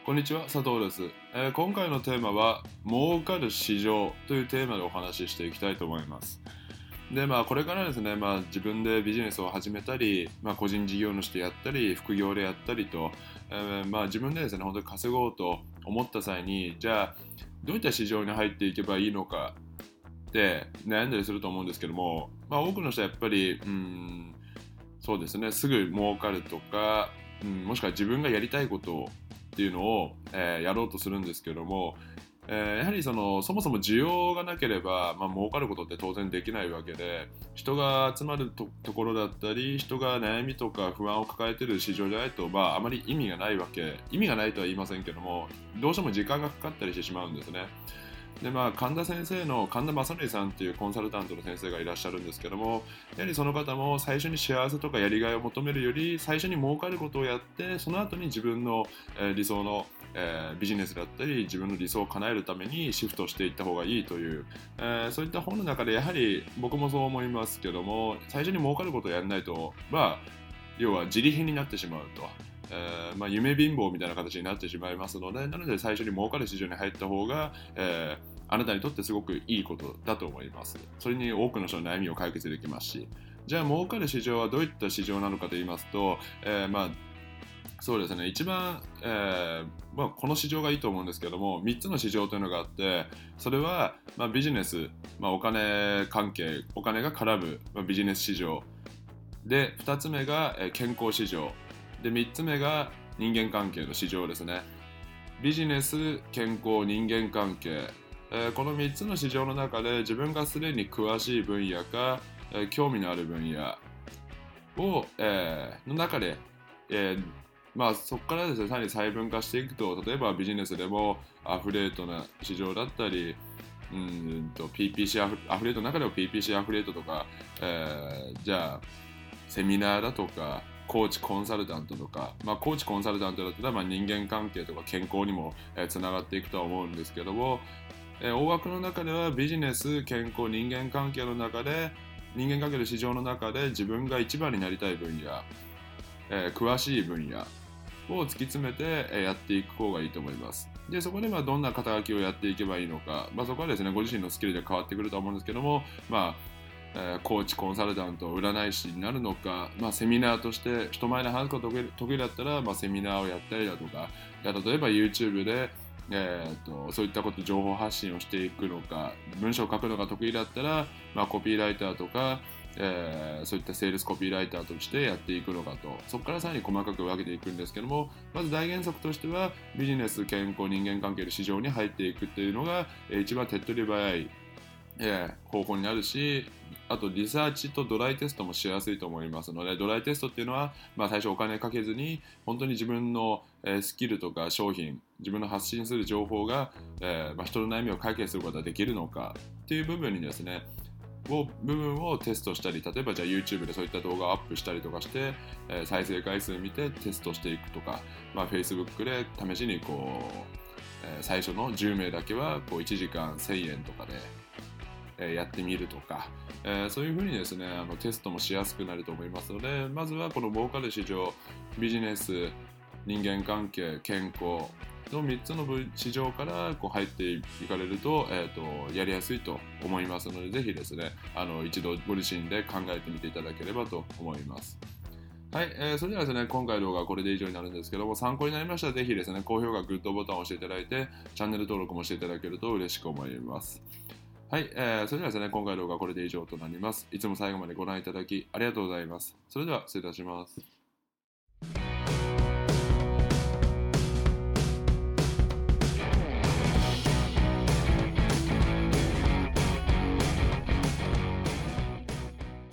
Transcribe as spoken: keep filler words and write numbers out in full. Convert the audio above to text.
こんにちは、佐藤です、えー今回のテーマは儲かる市場というテーマでお話ししていきたいと思います。で、まあこれからですね、まあ自分でビジネスを始めたり、まあ個人事業主でやったり、副業でやったりと、えーまあ自分でですね、本当に稼ごうと思った際に、じゃあどういった市場に入っていけばいいのかって悩んだりすると思うんですけども、まあ多くの人はやっぱり、うーん、そうですね、すぐ儲かるとか、うん、もしくは自分がやりたいことっていうのを、えーやろうとするんですけども、えーやはりそのそもそも需要がなければ、まあ、儲かることって当然できないわけで、人が集まると、ところだったり、人が悩みとか不安を抱えている市場じゃないと、まあ、あまり意味がないわけ、意味がないとは言いませんけども、どうしても時間がかかったりしてしまうんですね。でまあ、神田先生の神田正則さんっていうコンサルタントの先生がいらっしゃるんですけども、やはりその方も最初に幸せとかやりがいを求めるより、最初に儲かることをやって、その後に自分の、えー理想の、えービジネスだったり自分の理想を叶えるためにシフトしていった方がいいという、えーそういった本の中でやはり僕もそう思いますけども、最初に儲かることをやらないと、まあ、要は自利品になってしまうと。えーまあ、夢貧乏みたいな形になってしまいますので、なので最初に儲かる市場に入った方が、えーあなたにとってすごくいいことだと思います。それに多くの人の悩みを解決できますし、じゃあ儲かる市場はどういった市場なのかと言いますと、えーまあそうですね、一番、えーまあ、この市場がいいと思うんですけども、みっつの市場というのがあって、それは、まあ、ビジネス、まあ、お金関係、お金が絡む、まあ、ビジネス市場で、ふたつめが、えー健康市場で、みっつめが人間関係の市場ですね。ビジネス、健康、人間関係、えーこのみっつの市場の中で自分がすでに詳しい分野か、えー興味のある分野を、えーの中で、えーまあ、そこからですね、さらに細分化していくと、例えばビジネスでもアフレートな市場だったり、うーんと ピーピーシー アフアフレートの中でも ピーピーシー アフレートとか、えーじゃあセミナーだとか、コーチコンサルタントとか、まあ、コーチコンサルタントだったら、まあ、人間関係とか健康にも、えーつながっていくとは思うんですけども、えー大枠の中ではビジネス、健康、人間関係の中で、人間関係の市場の中で自分が一番になりたい分野、えー詳しい分野を突き詰めて、えーやっていく方がいいと思います。で、そこでまあどんな肩書きをやっていけばいいのか、まあ、そこはですね、ご自身のスキルで変わってくると思うんですけども、まあ、えーコーチ、コンサルタント、占い師になるのか、まあ、セミナーとして人前で話すことが得意だったら、まあ、セミナーをやったりだとか、例えば YouTube で、えー、とそういったこと情報発信をしていくのか、文章を書くのが得意だったら、まあ、コピーライターとか、えーそういったセールスコピーライターとしてやっていくのかと、そこからさらに細かく分けていくんですけども、まず大原則としてはビジネス、健康、人間関係の市場に入っていくっていうのが、えー一番手っ取り早い、えー方法になるし、あとリサーチとドライテストもしやすいと思いますので、ドライテストっていうのは、まあ、最初お金かけずに本当に自分の、えースキルとか商品、自分の発信する情報が、えーまあ、人の悩みを解決することができるのかっていう部分にですね、を部分をテストしたり、例えばじゃあ YouTube でそういった動画をアップしたりとかして、えー再生回数見てテストしていくとか、まあ、Facebook で試しにこう、えー最初のじゅうめいだけはこういちじかんせんえんとかで、えーやってみるとか、えーそういうふうにですね、あのテストもしやすくなると思いますので、まずはこの儲かる市場、ビジネス、人間関係、健康のみっつの市場からこう入っていかれると、えーと、やりやすいと思いますので、ぜひですね、あの一度ご自身で考えてみていただければと思います。はい、えーそれではですね、今回の動画はこれで以上になるんですけども、参考になりましたらぜひですね、高評価、グッドボタンを押していただいて、チャンネル登録もしていただけると嬉しく思います。はい、えーそれではですね、今回の動画はこれで以上となります。いつも最後までご覧いただきありがとうございます。それでは失礼いたします。